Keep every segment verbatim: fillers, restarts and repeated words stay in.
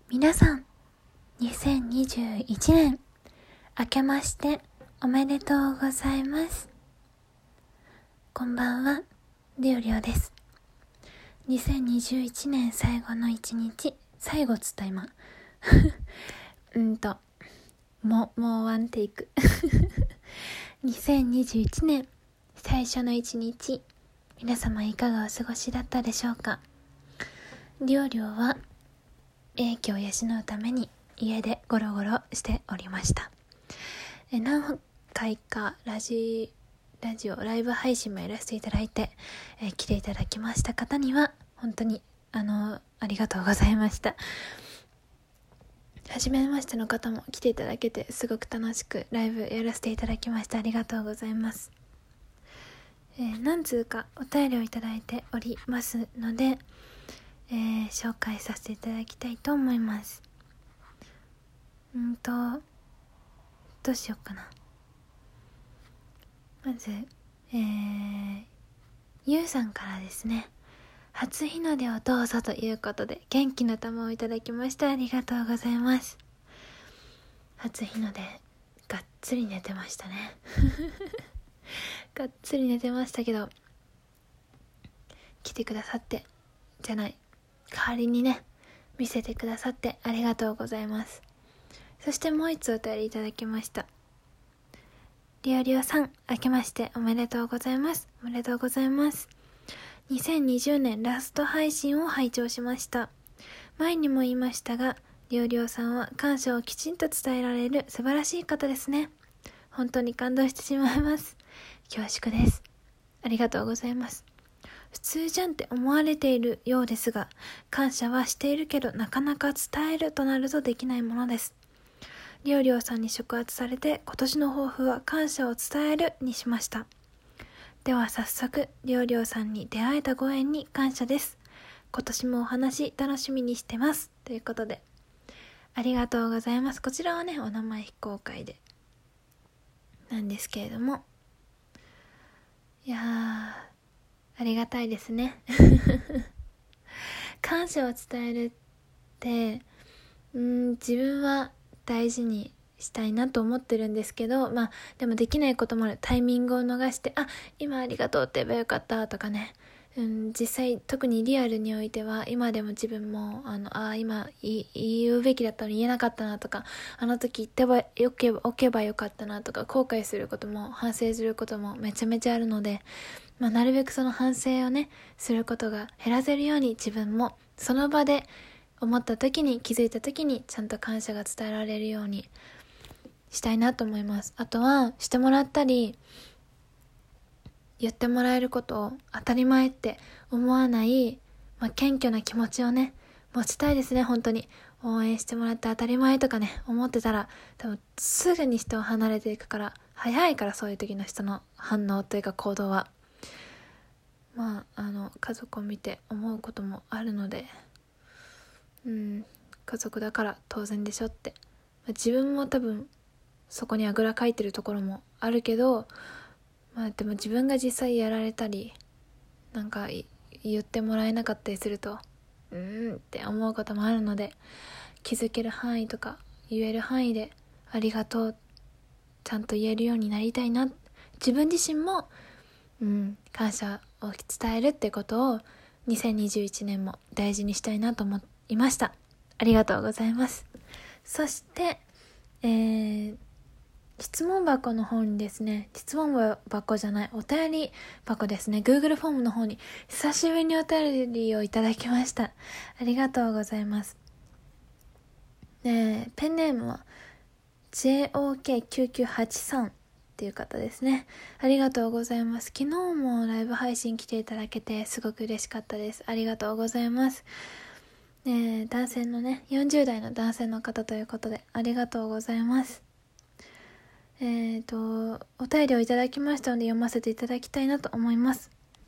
皆さん、にせんにじゅういちねん、明けましておめでとうございます。こんばんは、りょうりょうです。にせんにじゅういちねん最後の一日、最後っつった今。うんと、もう、もうワンテイク。にせんにじゅういちねん最初の一日、皆様いかがお過ごしだったでしょうか。りょうりょうは、英気を養うために家でゴロゴロしておりました。え何回かラジラジオライブ配信もやらせていただいて、え来ていただきました方には本当にあのありがとうございました。初めましての方も来ていただけてすごく楽しくライブやらせていただきました。ありがとうございます。えー、何通かお便りをいただいておりますので、えー、紹介させていただきたいと思います。うんとどうしようかな。まず、えー、ゆうさんからですね、初日の出をどうぞということで元気の玉をいただきました。ありがとうございます。初日の出がっつり寝てましたねがっつり寝てましたけど来てくださってじゃない代わりにね見せてくださってありがとうございます。そしてもう一つお便りいただきました。りょうりょうさん、明けましておめでとうございます。おめでとうございます。にせんにじゅうねんラスト配信を拝聴しました。前にも言いましたが、りょうりょうさんは感謝をきちんと伝えられる素晴らしい方ですね。本当に感動してしまいます。恐縮です。ありがとうございます。普通じゃんって思われているようですが、感謝はしているけどなかなか伝えるとなるとできないものです。りょうりょうさんに触発されて今年の抱負は感謝を伝えるにしました。では早速りょうりょうさんに出会えたご縁に感謝です。今年もお話楽しみにしてますということでありがとうございます。こちらはねお名前非公開でなんですけれども、いやーありがたいですね感謝を伝えるってうーん自分は大事にしたいなと思ってるんですけど、まあでもできないこともある。タイミングを逃してあ今ありがとうって言えばよかったとかね、うん、実際特にリアルにおいては今でも自分もあのあ今言言うべきだったのに言えなかったなとか、あの時言ってばよけばおけばよかったなとか後悔することも反省することもめちゃめちゃあるので、まあ、なるべくその反省をねすることが減らせるように自分もその場で思った時に気づいた時にちゃんと感謝が伝えられるようにしたいなと思います。あとはしてもらったり言ってもらえることを当たり前って思わない、まあ、謙虚な気持ちをね持ちたいですね。本当に応援してもらって当たり前とかね思ってたら多分すぐに人を離れていくから、早いからそういう時の人の反応というか行動はまああの家族を見て思うこともあるので、うん家族だから当然でしょって、まあ、自分も多分そこにあぐらかいてるところもあるけど、まあでも自分が実際やられたりなんか言ってもらえなかったりするとうーんって思うこともあるので、気づける範囲とか言える範囲でありがとうちゃんと言えるようになりたいな。自分自身も、うん、感謝を伝えるってことをにせんにじゅういちねんも大事にしたいなと思いました。ありがとうございます。そしてえー質問箱の方にですね、質問箱じゃないお便り箱ですね、 Google フォームの方に久しぶりにお便りをいただきました。ありがとうございます。えー、ペンネームは ジェイオーケーきゅうきゅうはちさん っていう方ですね。ありがとうございます。昨日もライブ配信来ていただけてすごく嬉しかったです。ありがとうございます。えー、男性のねよんじゅう代の男性の方ということでありがとうございます。えーとお便りをいただきましたので読ませていただきたいなと思います。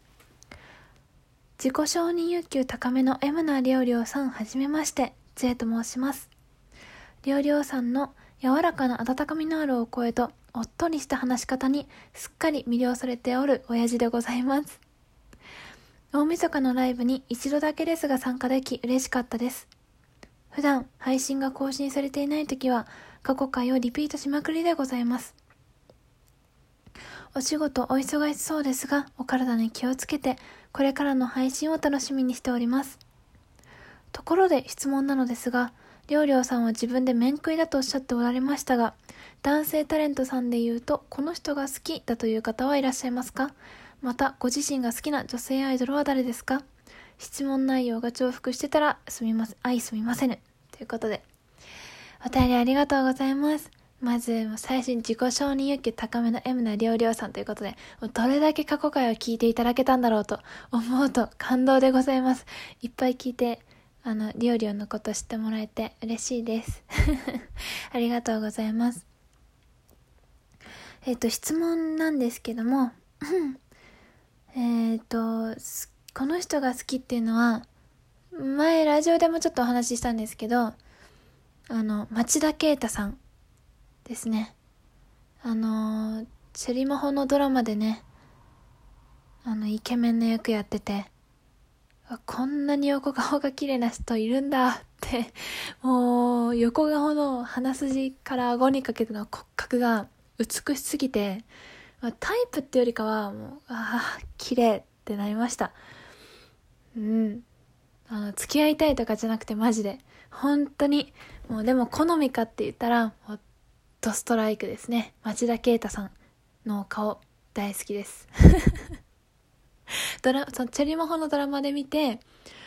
自己承認欲求高めの M なりょうりょうさん、はじめまして、J と申します。りょうりょうさんの柔らかな温かみのあるお声とおっとりした話し方にすっかり魅了されておる親父でございます。大晦日のライブに一度だけですが参加でき嬉しかったです。 普段配信が更新されていないときは過去回をリピートしまくりでございます。お仕事お忙しそうですが、お体に気をつけてこれからの配信を楽しみにしております。ところで質問なのですが、りょうりょうさんは自分で面食いだとおっしゃっておられましたが、男性タレントさんで言うとこの人が好きだという方はいらっしゃいますか？またご自身が好きな女性アイドルは誰ですか？質問内容が重複してたらすみません、愛すみませぬということで、お便りありがとうございます。まず最初に自己承認欲求高めの M なりょうりょうさんということで、どれだけ過去回を聞いていただけたんだろうと思うと感動でございます。いっぱい聞いてあのりょうりょうのこと知ってもらえて嬉しいですありがとうございます。えっと質問なんですけどもえっとこの人が好きっていうのは、前ラジオでもちょっとお話ししたんですけど、あの町田啓太さんですね。あのチェリマホのドラマでね、あのイケメンの役やってて、こんなに横顔が綺麗な人いるんだってもう横顔の鼻筋から顎にかけての骨格が美しすぎて、タイプってよりかはもうああ綺麗ってなりました。うんあの付き合いたいとかじゃなくて、マジで本当にもう、でも好みかって言ったらもうドストライクですね。町田啓太さんの顔大好きですドラそのチェリモホのドラマで見て、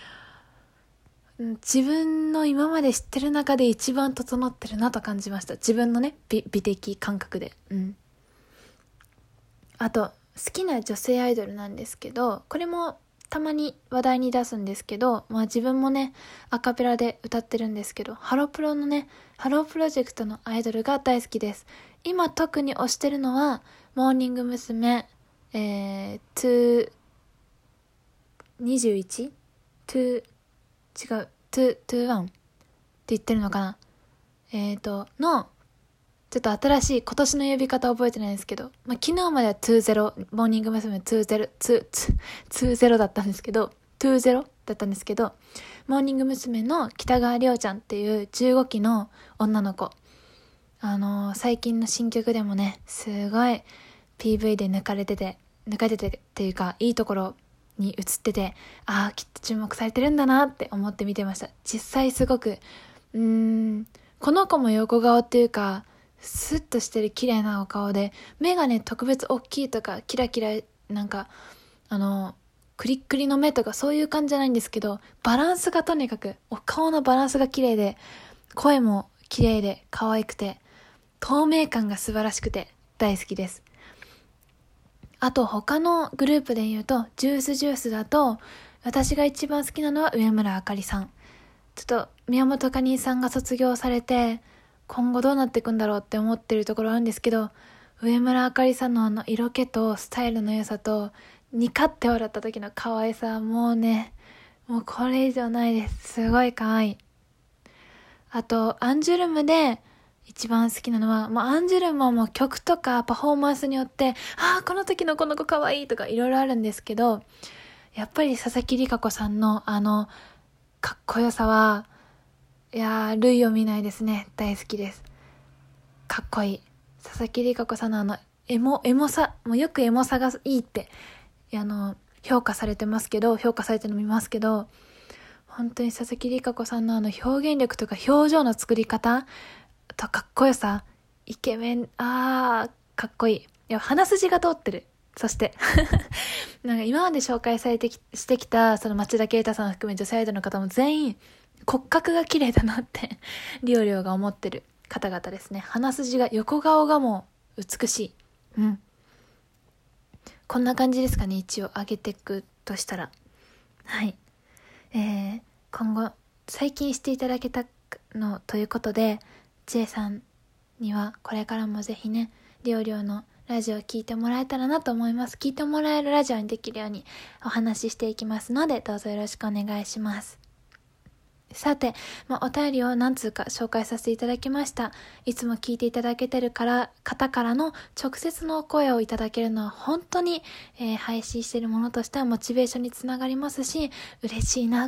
自分の今まで知ってる中で一番整ってるなと感じました。自分のね 美, 美的感覚で。うんあと好きな女性アイドルなんですけど、これもたまに話題に出すんですけど、まあ自分もねアカペラで歌ってるんですけど、ハロプロのねハロープロジェクトのアイドルが大好きです。今特に推してるのはモーニング娘。えー、トゥーにじゅういち? トゥ違うトゥトゥワンって言ってるのかな、えーとのちょっと新しい今年の呼び方覚えてないんですけど、まあ、昨日まではにじゅうモーニング娘。にじゅう、にじゅうだったんですけど、にじゅうだったんですけど、モーニング娘。の北川りょうちゃんっていうじゅうごきの女の子、あのー、最近の新曲でもねすごい ピーブイ で抜かれてて抜かれててっていうかいいところに映ってて、ああきっと注目されてるんだなって思って見てました。実際すごくうーんこの子も横顔っていうかスッとしてる綺麗なお顔で、目がね特別大きいとかキラキラなんかあのクリックリの目とかそういう感じじゃないんですけど、バランスがとにかくお顔のバランスが綺麗で、声も綺麗で可愛くて透明感が素晴らしくて大好きです。あと他のグループで言うとジュースジュースだと、私が一番好きなのは上村あかりさん。ちょっと宮本かにさんが卒業されて今後どうなっていくんだろうって思ってるところあるんですけど、上村あかりさんのあの色気とスタイルの良さとニカって笑った時の可愛さ、もうねもうこれ以上ないです。すごい可愛い。あとアンジュルムで一番好きなのは、まあ、アンジュルムはもう曲とかパフォーマンスによってああこの時のこの子可愛いとかいろいろあるんですけど、やっぱり佐々木里香子さんのあのかっこよさはいやー類を見ないですね。大好きです。かっこいい。佐々木里香子さんのあのエモエモさ、もうよくエモさがいいってあの評価されてますけど評価されてるの見ますけど、本当に佐々木里香子さんのあの表現力とか表情の作り方とかっこよさ、イケメン、あーかっこいい。いや鼻筋が通ってる。そしてなんか今まで紹介されてきしてきたその町田啓太さんを含め女性アイドルの方も全員骨格が綺麗だなってりょうりょうが思ってる方々ですね。鼻筋が横顔がもう美しい。うんこんな感じですかね。一応上げていくとしたらはい、えー、今後最近していただけたのということで J さんにはこれからもぜひねりょうりょうのラジオを聞いてもらえたらなと思います。聞いてもらえるラジオにできるようにお話ししていきますので、どうぞよろしくお願いします。さて、まあ、お便りを何通か紹介させていただきました。いつも聞いていただけてるから方からの直接の声をいただけるのは本当に、えー、配信しているものとしてはモチベーションにつながりますし、嬉しいな、こう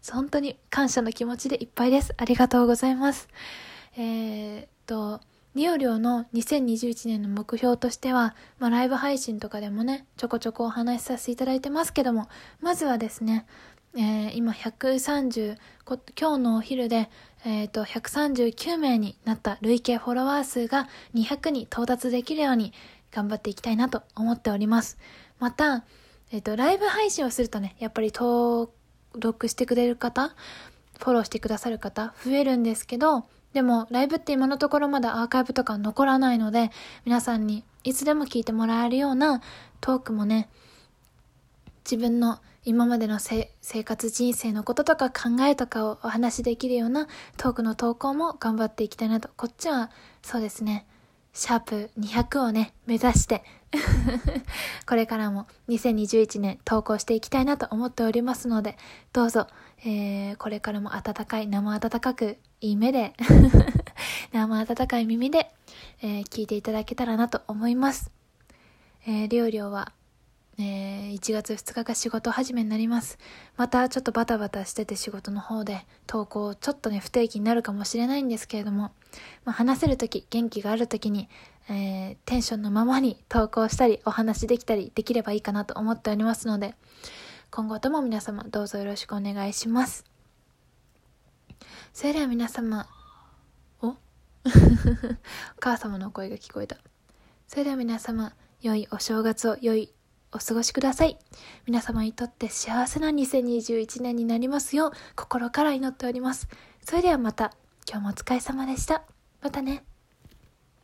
本当に感謝の気持ちでいっぱいです。ありがとうございます。えー、っと、リオリオのにせんにじゅういちねんの目標としては、まあ、ライブ配信とかでもね、ちょこちょこお話しさせていただいてますけども、まずはですね、えー、今ひゃくさんじゅう、こ今日のお昼で、えー、とひゃくさんじゅうきゅうめいになった累計フォロワー数がにひゃくに到達できるように頑張っていきたいなと思っております。また、えー、とライブ配信をするとね、やっぱり登録してくれる方、フォローしてくださる方増えるんですけど、でもライブって今のところまだアーカイブとか残らないので、皆さんにいつでも聞いてもらえるようなトークもね、自分の今までの生活人生のこととか考えとかをお話しできるようなトークの投稿も頑張っていきたいなと。こっちはそうですね、シャープにひゃくをね目指してこれからもにせんにじゅういちねん投稿していきたいなと思っておりますので、どうぞ、えー、これからも温かい生温かくいい目で生温かい耳で、えー、聞いていただけたらなと思います。えー、りょうりょうはえー、いちがつふつかが仕事始めになります。またちょっとバタバタしてて仕事の方で投稿ちょっとね不定期になるかもしれないんですけれども、まあ、話せるとき、元気があるときに、えー、テンションのままに投稿したりお話できたりできればいいかなと思っておりますので、今後とも皆様どうぞよろしくお願いします。それでは皆様、おお母様の声が聞こえた。それでは皆様、良いお正月を良いお過ごしください。皆様にとって幸せなにせんにじゅういちねんになりますよう心から祈っております。それではまた、今日もお疲れ様でした。またね。